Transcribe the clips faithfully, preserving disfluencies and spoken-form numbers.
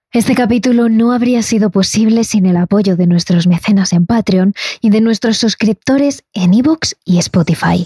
Este capítulo no habría sido posible sin el apoyo de nuestros mecenas en Patreon y de nuestros suscriptores en iVoox y Spotify.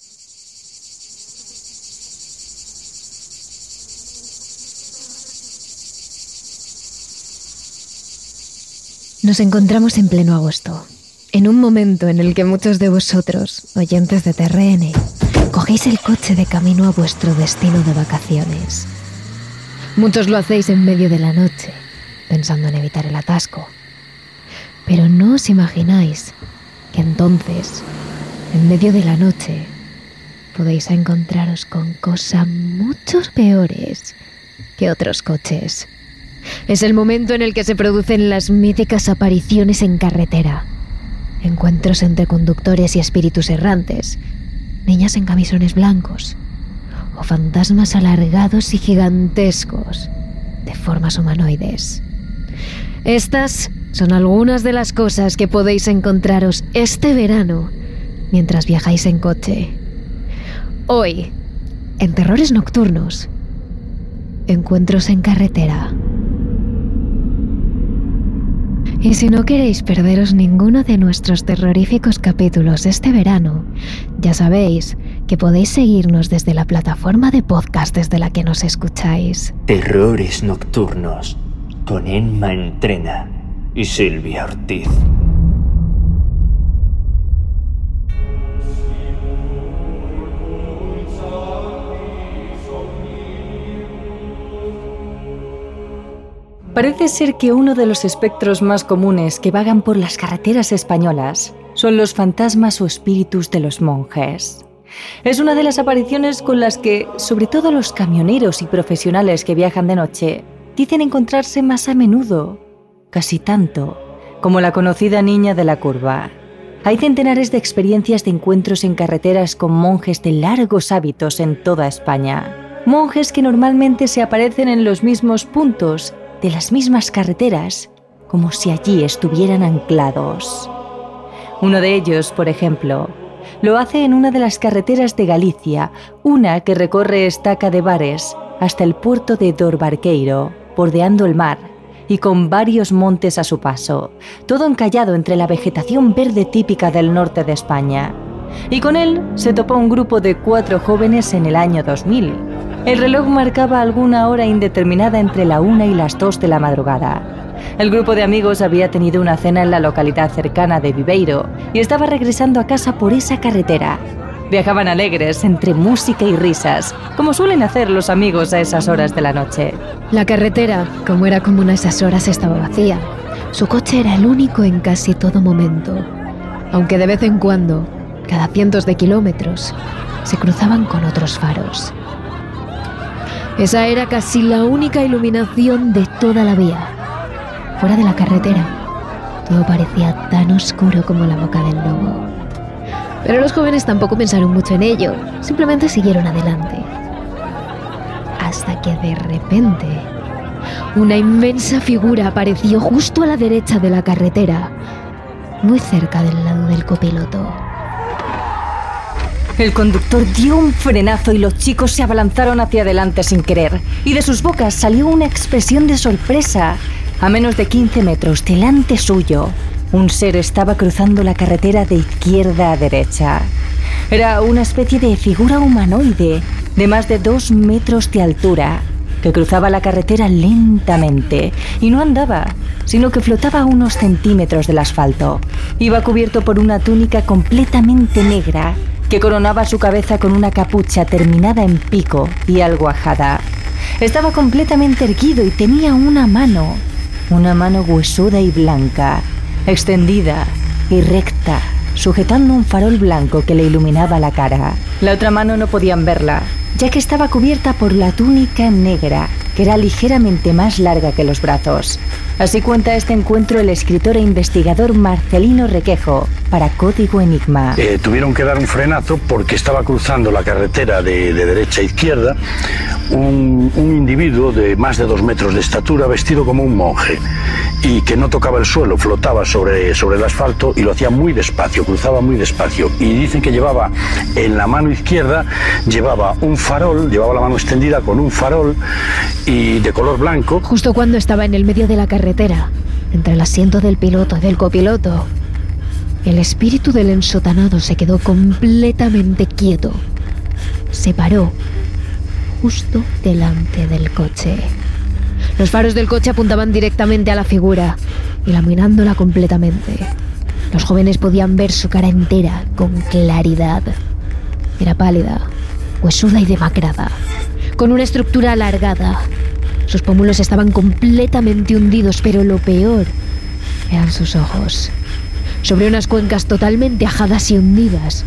Nos encontramos en pleno agosto, en un momento en el que muchos de vosotros, oyentes de T R N, cogéis el coche de camino a vuestro destino de vacaciones. Muchos lo hacéis en medio de la noche, pensando en evitar el atasco. Pero no os imagináis que entonces, en medio de la noche, podéis encontraros con cosas mucho peores que otros coches. Es el momento en el que se producen las míticas apariciones en carretera. Encuentros entre conductores y espíritus errantes, niñas en camisones blancos o fantasmas alargados y gigantescos de formas humanoides. Estas son algunas de las cosas que podéis encontraros este verano mientras viajáis en coche. Hoy, en Terrores Nocturnos, encuentros en carretera. Y si no queréis perderos ninguno de nuestros terroríficos capítulos este verano, ya sabéis que podéis seguirnos desde la plataforma de podcast desde la que nos escucháis. Terrores Nocturnos, con Emma Entrena y Silvia Ortiz. Parece ser que uno de los espectros más comunes que vagan por las carreteras españolas son los fantasmas o espíritus de los monjes. Es una de las apariciones con las que, sobre todo los camioneros y profesionales que viajan de noche, dicen encontrarse más a menudo, casi tanto, como la conocida niña de la curva. Hay centenares de experiencias de encuentros en carreteras con monjes de largos hábitos en toda España. Monjes que normalmente se aparecen en los mismos puntos de las mismas carreteras, como si allí estuvieran anclados. Uno de ellos, por ejemplo, lo hace en una de las carreteras de Galicia, una que recorre Estaca de Bares hasta el puerto de Dorbarqueiro, bordeando el mar y con varios montes a su paso, todo encallado entre la vegetación verde típica del norte de España. Y con él se topó un grupo de cuatro jóvenes en el año dos mil. El reloj marcaba alguna hora indeterminada entre la una y las dos de la madrugada. El grupo de amigos había tenido una cena en la localidad cercana de Viveiro y estaba regresando a casa por esa carretera. Viajaban alegres, entre música y risas, como suelen hacer los amigos a esas horas de la noche. La carretera, como era común a esas horas, estaba vacía. Su coche era el único en casi todo momento, aunque de vez en cuando, cada cientos de kilómetros, se cruzaban con otros faros. Esa era casi la única iluminación de toda la vía. Fuera de la carretera, todo parecía tan oscuro como la boca del lobo. Pero los jóvenes tampoco pensaron mucho en ello, simplemente siguieron adelante. Hasta que de repente, una inmensa figura apareció justo a la derecha de la carretera, muy cerca del lado del copiloto. El conductor dio un frenazo y los chicos se abalanzaron hacia adelante sin querer, y de sus bocas salió una expresión de sorpresa. A menos de quince metros delante suyo, un ser estaba cruzando la carretera de izquierda a derecha. Era una especie de figura humanoide de más de dos metros de altura, que cruzaba la carretera lentamente y no andaba, sino que flotaba a unos centímetros del asfalto. Iba cubierto por una túnica completamente negra que coronaba su cabeza con una capucha terminada en pico y algo ajada. Estaba completamente erguido y tenía una mano, una mano huesuda y blanca, extendida y recta, sujetando un farol blanco que le iluminaba la cara. La otra mano no podían verla, ya que estaba cubierta por la túnica negra, que era ligeramente más larga que los brazos. Así cuenta este encuentro el escritor e investigador Marcelino Requejo para Código Enigma. Eh, tuvieron que dar un frenazo porque estaba cruzando la carretera de, de derecha a izquierda un, un individuo de más de dos metros de estatura, vestido como un monje, y que no tocaba el suelo, flotaba sobre, sobre el asfalto y lo hacía muy despacio, cruzaba muy despacio. Y dicen que llevaba en la mano izquierda, llevaba un farol, llevaba la mano extendida con un farol y de color blanco. Justo cuando estaba en el medio de la carretera, entre el asiento del piloto y del copiloto, el espíritu del ensotanado se quedó completamente quieto. Se paró justo delante del coche. Los faros del coche apuntaban directamente a la figura, iluminándola completamente. Los jóvenes podían ver su cara entera con claridad. Era pálida, huesuda y demacrada, con una estructura alargada. Sus pómulos estaban completamente hundidos, pero lo peor eran sus ojos. Sobre unas cuencas totalmente ajadas y hundidas,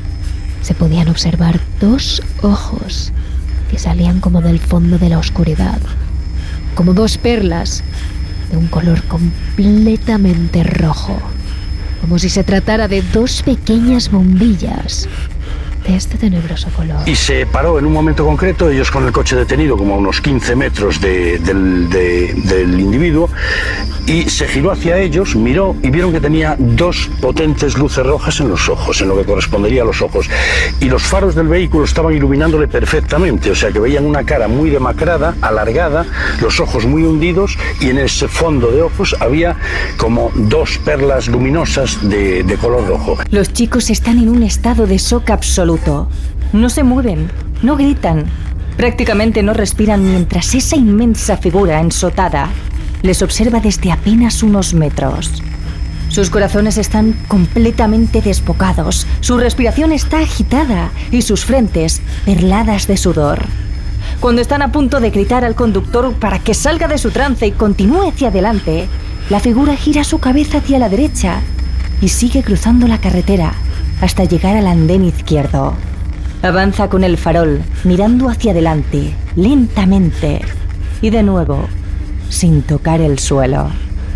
se podían observar dos ojos que salían como del fondo de la oscuridad, como dos perlas de un color completamente rojo, como si se tratara de dos pequeñas bombillas de este tenebroso color. Y se paró en un momento concreto, ellos con el coche detenido como a unos quince metros de, del, de, del individuo, y se giró hacia ellos, miró y vieron que tenía dos potentes luces rojas en los ojos, en lo que correspondería a los ojos. Y los faros del vehículo estaban iluminándole perfectamente, o sea que veían una cara muy demacrada, alargada, los ojos muy hundidos, y en ese fondo de ojos había como dos perlas luminosas de, de color rojo. Los chicos están en un estado de shock absoluto. No se mueven, no gritan, prácticamente no respiran mientras esa inmensa figura ensotada les observa desde apenas unos metros. Sus corazones están completamente desbocados, su respiración está agitada y sus frentes perladas de sudor. Cuando están a punto de gritar al conductor para que salga de su trance y continúe hacia adelante, la figura gira su cabeza hacia la derecha y sigue cruzando la carretera hasta llegar al andén izquierdo. Avanza con el farol, mirando hacia adelante, lentamente, y de nuevo, sin tocar el suelo.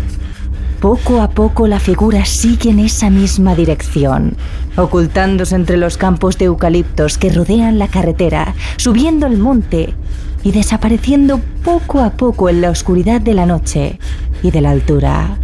Poco a poco la figura sigue en esa misma dirección, ocultándose entre los campos de eucaliptos que rodean la carretera, subiendo el monte y desapareciendo poco a poco en la oscuridad de la noche y de la altura.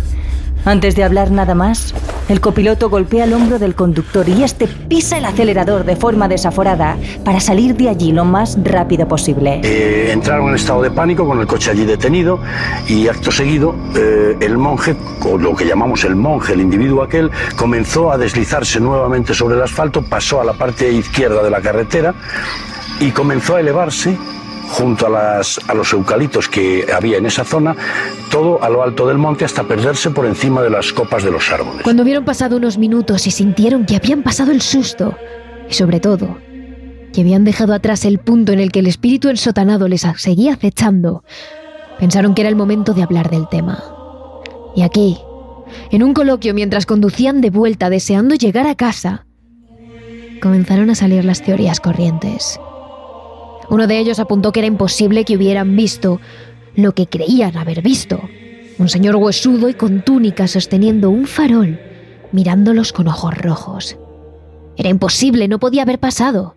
Antes de hablar nada más, el copiloto golpea el hombro del conductor y este pisa el acelerador de forma desaforada para salir de allí lo más rápido posible. Eh, entraron en estado de pánico con el coche allí detenido y acto seguido eh, el monje, o lo que llamamos el monje, el individuo aquel, comenzó a deslizarse nuevamente sobre el asfalto, pasó a la parte izquierda de la carretera y comenzó a elevarse junto a, las, a los eucaliptos que había en esa zona, todo a lo alto del monte hasta perderse por encima de las copas de los árboles. Cuando hubieron pasado unos minutos y sintieron que habían pasado el susto, y sobre todo, que habían dejado atrás el punto en el que el espíritu ensotanado les seguía acechando, pensaron que era el momento de hablar del tema. Y aquí, en un coloquio mientras conducían de vuelta deseando llegar a casa, comenzaron a salir las teorías corrientes. Uno de ellos apuntó que era imposible que hubieran visto lo que creían haber visto. Un señor huesudo y con túnica sosteniendo un farol, mirándolos con ojos rojos. Era imposible, no podía haber pasado.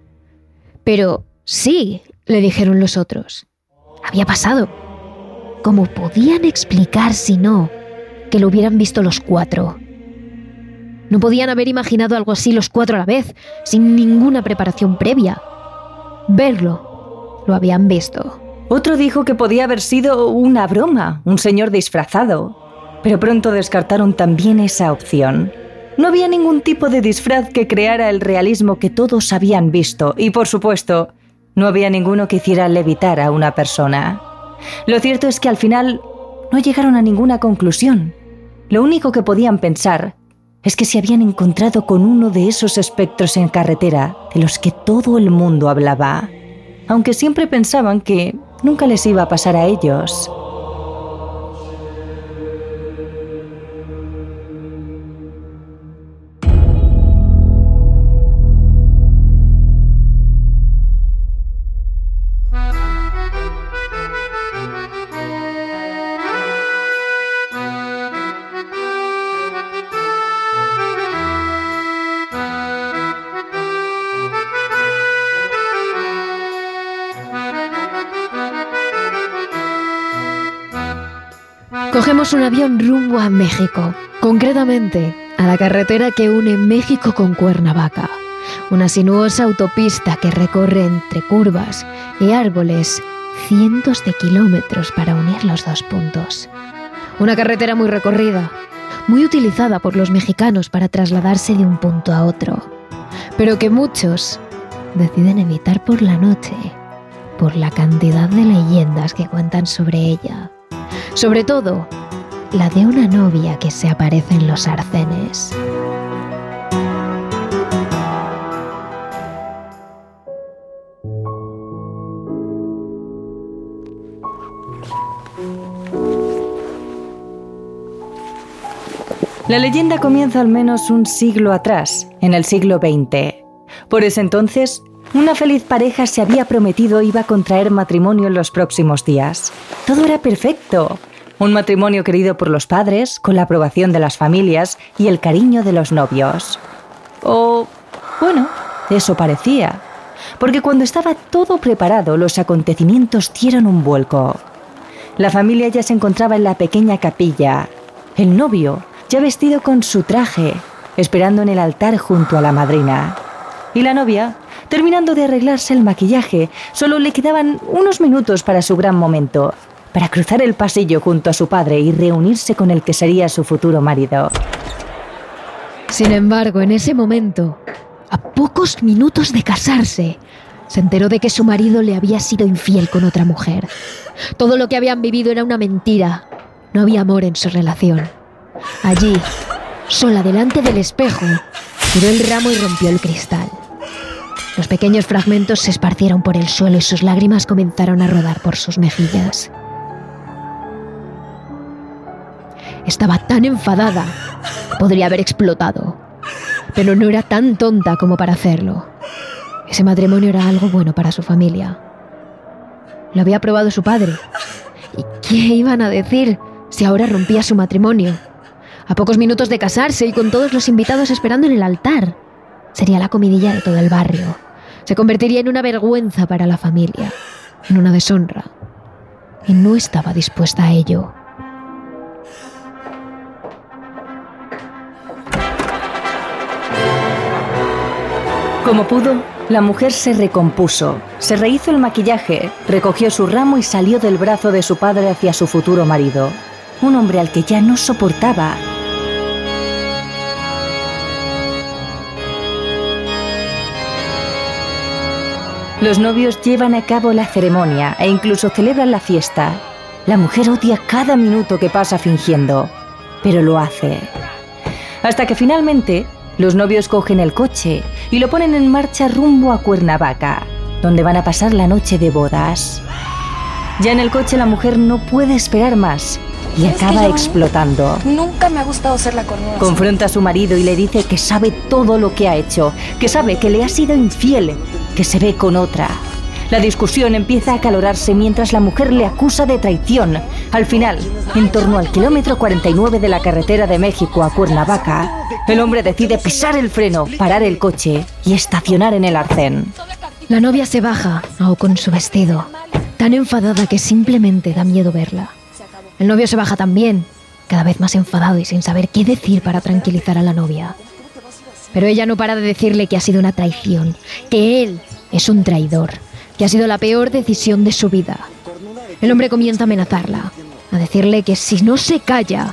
Pero sí, le dijeron los otros. Había pasado. ¿Cómo podían explicar si no que lo hubieran visto los cuatro? No podían haber imaginado algo así los cuatro a la vez, sin ninguna preparación previa. Verlo, lo habían visto. Otro dijo que podía haber sido una broma, un señor disfrazado, pero pronto descartaron también esa opción. No había ningún tipo de disfraz que creara el realismo que todos habían visto y, por supuesto, no había ninguno que hiciera levitar a una persona. Lo cierto es que al final no llegaron a ninguna conclusión. Lo único que podían pensar es que se habían encontrado con uno de esos espectros en carretera de los que todo el mundo hablaba, aunque siempre pensaban que nunca les iba a pasar a ellos. Cogemos un avión rumbo a México, concretamente a la carretera que une México con Cuernavaca, una sinuosa autopista que recorre entre curvas y árboles cientos de kilómetros para unir los dos puntos. Una carretera muy recorrida, muy utilizada por los mexicanos para trasladarse de un punto a otro, pero que muchos deciden evitar por la noche, por la cantidad de leyendas que cuentan sobre ella. Sobre todo, la de una novia que se aparece en los arcenes. La leyenda comienza al menos un siglo atrás, en el siglo veinte. Por ese entonces, una feliz pareja se había prometido iba a contraer matrimonio en los próximos días. Todo era perfecto. Un matrimonio querido por los padres, con la aprobación de las familias y el cariño de los novios. O, bueno, eso parecía. Porque cuando estaba todo preparado, los acontecimientos dieron un vuelco. La familia ya se encontraba en la pequeña capilla. El novio, ya vestido con su traje, esperando en el altar junto a la madrina. Y la novia, terminando de arreglarse el maquillaje, solo le quedaban unos minutos para su gran momento, para cruzar el pasillo junto a su padre y reunirse con el que sería su futuro marido. Sin embargo, en ese momento, a pocos minutos de casarse, se enteró de que su marido le había sido infiel con otra mujer. Todo lo que habían vivido era una mentira. No había amor en su relación. Allí, sola delante del espejo, tiró el ramo y rompió el cristal. Los pequeños fragmentos se esparcieron por el suelo y sus lágrimas comenzaron a rodar por sus mejillas. Estaba tan enfadada que podría haber explotado, pero no era tan tonta como para hacerlo. Ese matrimonio era algo bueno para su familia. Lo había aprobado su padre. ¿Y qué iban a decir si ahora rompía su matrimonio? A pocos minutos de casarse y con todos los invitados esperando en el altar. Sería la comidilla de todo el barrio. Se convertiría en una vergüenza para la familia, en una deshonra. Y no estaba dispuesta a ello. Como pudo, la mujer se recompuso, se rehizo el maquillaje, recogió su ramo y salió del brazo de su padre hacia su futuro marido, un hombre al que ya no soportaba. Los novios llevan a cabo la ceremonia e incluso celebran la fiesta. La mujer odia cada minuto que pasa fingiendo, pero lo hace. Hasta que finalmente los novios cogen el coche y lo ponen en marcha rumbo a Cuernavaca, donde van a pasar la noche de bodas. Ya en el coche la mujer no puede esperar más y acaba explotando. Nunca me ha gustado ser la cornuda. Confronta a su marido y le dice que sabe todo lo que ha hecho, que sabe que le ha sido infiel, que se ve con otra. La discusión empieza a acalorarse mientras la mujer le acusa de traición. Al final, en torno al kilómetro cuarenta y nueve de la carretera de México a Cuernavaca, el hombre decide pisar el freno, parar el coche y estacionar en el arcén. La novia se baja, aún con su vestido, tan enfadada que simplemente da miedo verla. El novio se baja también, cada vez más enfadado y sin saber qué decir para tranquilizar a la novia. Pero ella no para de decirle que ha sido una traición, que él es un traidor, que ha sido la peor decisión de su vida. El hombre comienza a amenazarla, a decirle que si no se calla,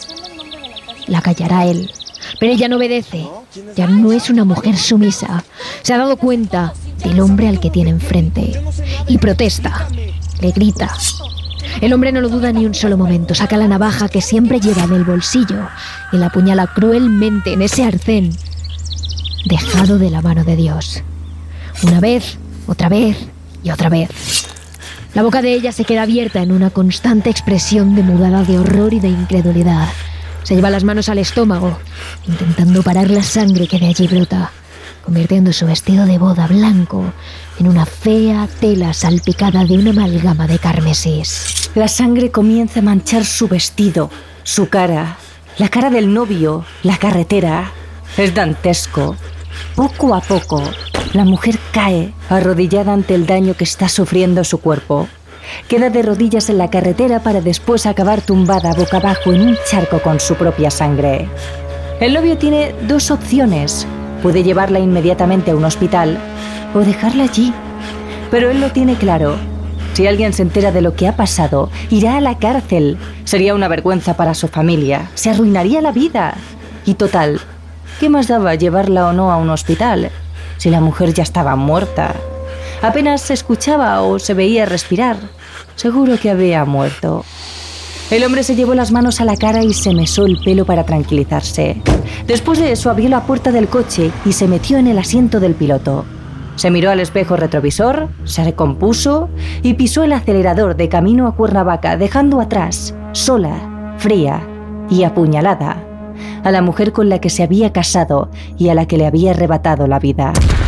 la callará él. Pero ella no obedece, ya no es una mujer sumisa. Se ha dado cuenta del hombre al que tiene enfrente y protesta, le grita. El hombre no lo duda ni un solo momento, saca la navaja que siempre lleva en el bolsillo y la apuñala cruelmente en ese arcén, dejado de la mano de Dios. Una vez, otra vez y otra vez. La boca de ella se queda abierta en una constante expresión demudada de horror y de incredulidad. Se lleva las manos al estómago, intentando parar la sangre que de allí brota, convirtiendo su vestido de boda blanco en una fea tela salpicada de una amalgama de carmesís. La sangre comienza a manchar su vestido, su cara, la cara del novio, la carretera. Es dantesco. Poco a poco, la mujer cae, arrodillada ante el daño que está sufriendo su cuerpo. queda de rodillas en la carretera para después acabar tumbada boca abajo en un charco con su propia sangre. El novio tiene dos opciones. Puede llevarla inmediatamente a un hospital o dejarla allí. Pero él lo tiene claro. Si alguien se entera de lo que ha pasado, irá a la cárcel. Sería una vergüenza para su familia. Se arruinaría la vida. Y total, ¿qué más daba llevarla o no a un hospital? Si la mujer ya estaba muerta. Apenas se escuchaba o se veía respirar. Seguro que había muerto. El hombre se llevó las manos a la cara y se mesó el pelo para tranquilizarse. Después de eso abrió la puerta del coche y se metió en el asiento del piloto. Se miró al espejo retrovisor, se recompuso y pisó el acelerador de camino a Cuernavaca, dejando atrás, sola, fría y apuñalada, a la mujer con la que se había casado y a la que le había arrebatado la vida.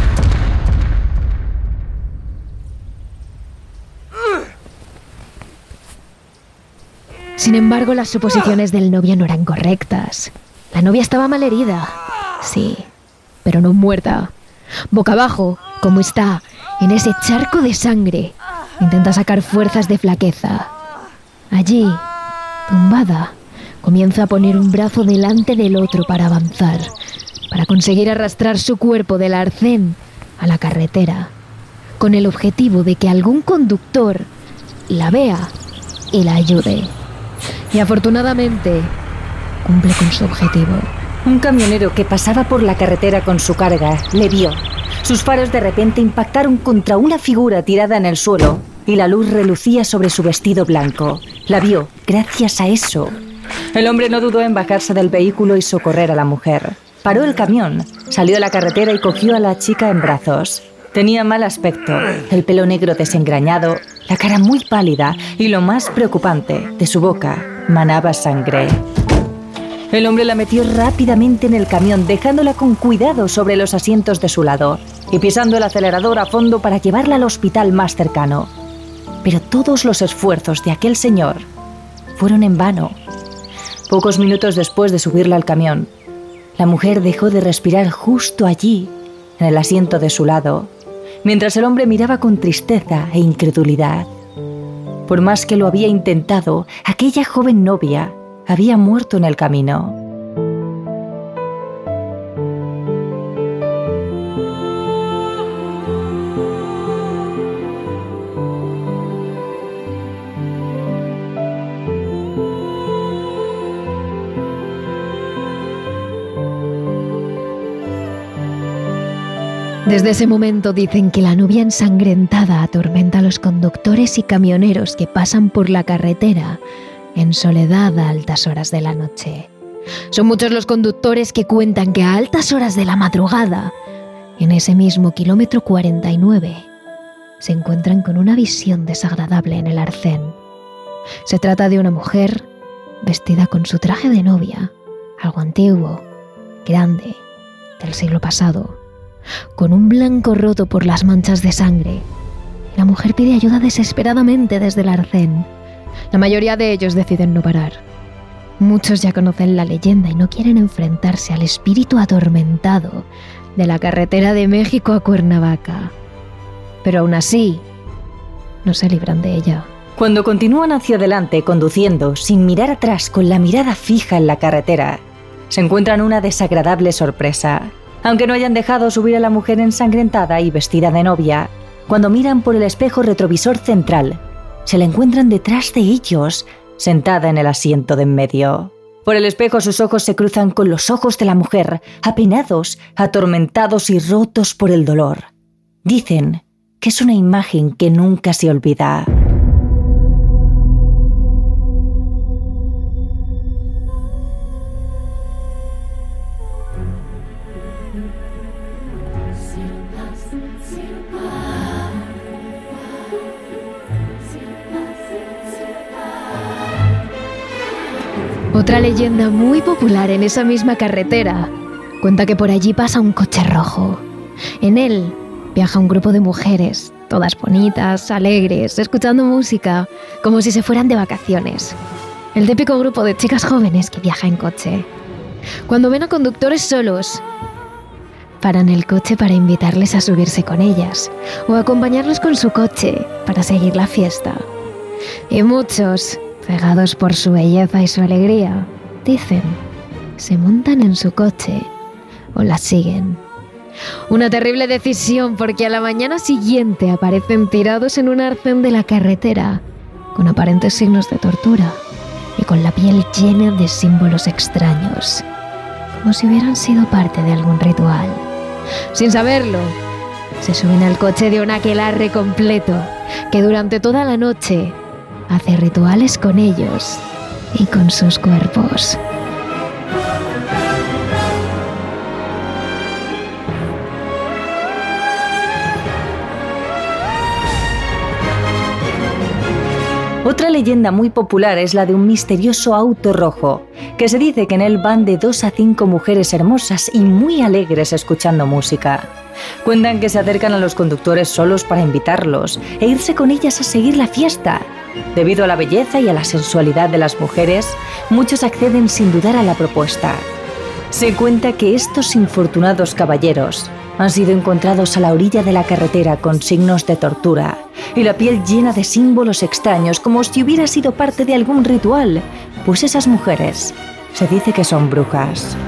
Sin embargo, las suposiciones del novio no eran correctas. La novia estaba malherida, sí, pero no muerta. Boca abajo, como está, en ese charco de sangre, intenta sacar fuerzas de flaqueza. Allí, tumbada, comienza a poner un brazo delante del otro para avanzar, para conseguir arrastrar su cuerpo del arcén a la carretera, con el objetivo de que algún conductor la vea y la ayude. Y afortunadamente, cumple con su objetivo. Un camionero que pasaba por la carretera con su carga le vio. Sus faros de repente impactaron contra una figura tirada en el suelo y la luz relucía sobre su vestido blanco. La vio gracias a eso. El hombre no dudó en bajarse del vehículo y socorrer a la mujer. Paró el camión, salió a la carretera y cogió a la chica en brazos. Tenía mal aspecto, el pelo negro desengrañado, la cara muy pálida y lo más preocupante, de su boca manaba sangre. El hombre la metió rápidamente en el camión, dejándola con cuidado sobre los asientos de su lado y pisando el acelerador a fondo para llevarla al hospital más cercano. Pero todos los esfuerzos de aquel señor fueron en vano. Pocos minutos después de subirla al camión, la mujer dejó de respirar justo allí, en el asiento de su lado, mientras el hombre miraba con tristeza e incredulidad. Por más que lo había intentado, aquella joven novia había muerto en el camino. Desde ese momento dicen que la novia ensangrentada atormenta a los conductores y camioneros que pasan por la carretera en soledad a altas horas de la noche. Son muchos los conductores que cuentan que a altas horas de la madrugada, en ese mismo kilómetro cuarenta y nueve, se encuentran con una visión desagradable en el arcén. Se trata de una mujer vestida con su traje de novia, algo antiguo, grande, del siglo pasado, con un blanco roto por las manchas de sangre. La mujer pide ayuda desesperadamente desde el arcén. La mayoría de ellos deciden no parar. Muchos ya conocen la leyenda y no quieren enfrentarse al espíritu atormentado de la carretera de México a Cuernavaca. Pero aún así, no se libran de ella. Cuando continúan hacia adelante conduciendo, sin mirar atrás, con la mirada fija en la carretera, se encuentran una desagradable sorpresa. Aunque no hayan dejado subir a la mujer ensangrentada y vestida de novia, cuando miran por el espejo retrovisor central, se la encuentran detrás de ellos, sentada en el asiento de en medio. Por el espejo sus ojos se cruzan con los ojos de la mujer, apenados, atormentados y rotos por el dolor. Dicen que es una imagen que nunca se olvida. Otra leyenda muy popular en esa misma carretera cuenta que por allí pasa un coche rojo. En él viaja un grupo de mujeres, todas bonitas, alegres, escuchando música, como si se fueran de vacaciones. El típico grupo de chicas jóvenes que viaja en coche. Cuando ven a conductores solos, paran el coche para invitarles a subirse con ellas o acompañarlos con su coche para seguir la fiesta. Y muchos, cegados por su belleza y su alegría, dicen, se montan en su coche o la siguen. Una terrible decisión porque a la mañana siguiente aparecen tirados en un arcén de la carretera, con aparentes signos de tortura y con la piel llena de símbolos extraños, como si hubieran sido parte de algún ritual. Sin saberlo, se suben al coche de un aquelarre completo que durante toda la noche hace rituales con ellos y con sus cuerpos. Otra leyenda muy popular es la de un misterioso auto rojo, que se dice que en él van de dos a cinco mujeres hermosas y muy alegres escuchando música. Cuentan que se acercan a los conductores solos para invitarlos e irse con ellas a seguir la fiesta. Debido a la belleza y a la sensualidad de las mujeres, muchos acceden sin dudar a la propuesta. Se cuenta que estos infortunados caballeros han sido encontrados a la orilla de la carretera con signos de tortura y la piel llena de símbolos extraños, como si hubiera sido parte de algún ritual, pues esas mujeres se dice que son brujas.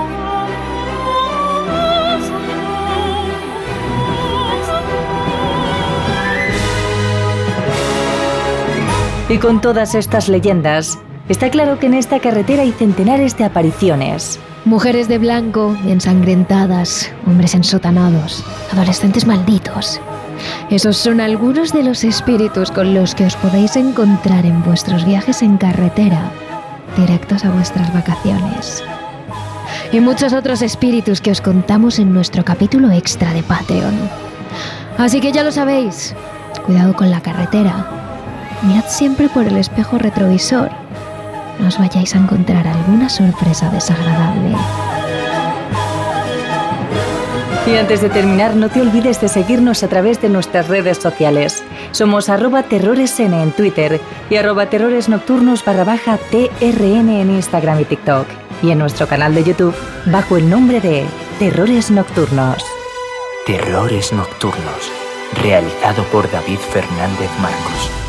Y con todas estas leyendas, está claro que en esta carretera hay centenares de apariciones. Mujeres de blanco, ensangrentadas, hombres ensotanados, adolescentes malditos. Esos son algunos de los espíritus con los que os podéis encontrar en vuestros viajes en carretera, directos a vuestras vacaciones. Y muchos otros espíritus que os contamos en nuestro capítulo extra de Patreon. Así que ya lo sabéis, cuidado con la carretera. Mirad siempre por el espejo retrovisor. No os vayáis a encontrar alguna sorpresa desagradable. Y antes de terminar, no te olvides de seguirnos a través de nuestras redes sociales. Somos arroba terroresn en Twitter y arroba terroresnocturnos barra baja trn en Instagram y TikTok. Y en nuestro canal de YouTube, bajo el nombre de Terrores Nocturnos. Terrores Nocturnos, realizado por David Fernández Marcos.